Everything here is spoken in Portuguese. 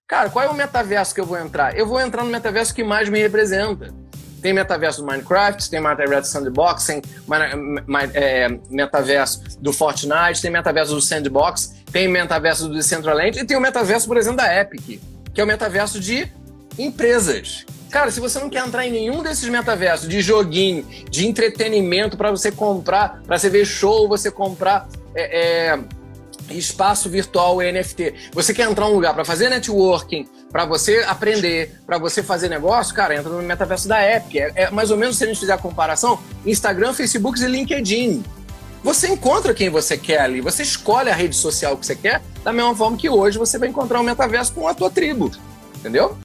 Cara, qual é o metaverso que eu vou entrar? Eu vou entrar no metaverso que mais me representa. Tem metaverso do Minecraft, tem metaverso do Sandbox, tem metaverso do Fortnite, tem metaverso do Sandbox, tem metaverso do Decentraland e tem o metaverso, por exemplo, da Epic, que é o metaverso de empresas. Cara, se você não quer entrar em nenhum desses metaversos de joguinho, de entretenimento para você comprar, para você ver show, você comprar espaço virtual NFT, você quer entrar em um lugar para fazer networking, para você aprender, para você fazer negócio, cara, entra no metaverso da Epic. É mais ou menos, se a gente fizer a comparação, Instagram, Facebook e LinkedIn. Você encontra quem você quer ali, você escolhe a rede social que você quer, da mesma forma que hoje você vai encontrar um metaverso com a tua tribo, entendeu?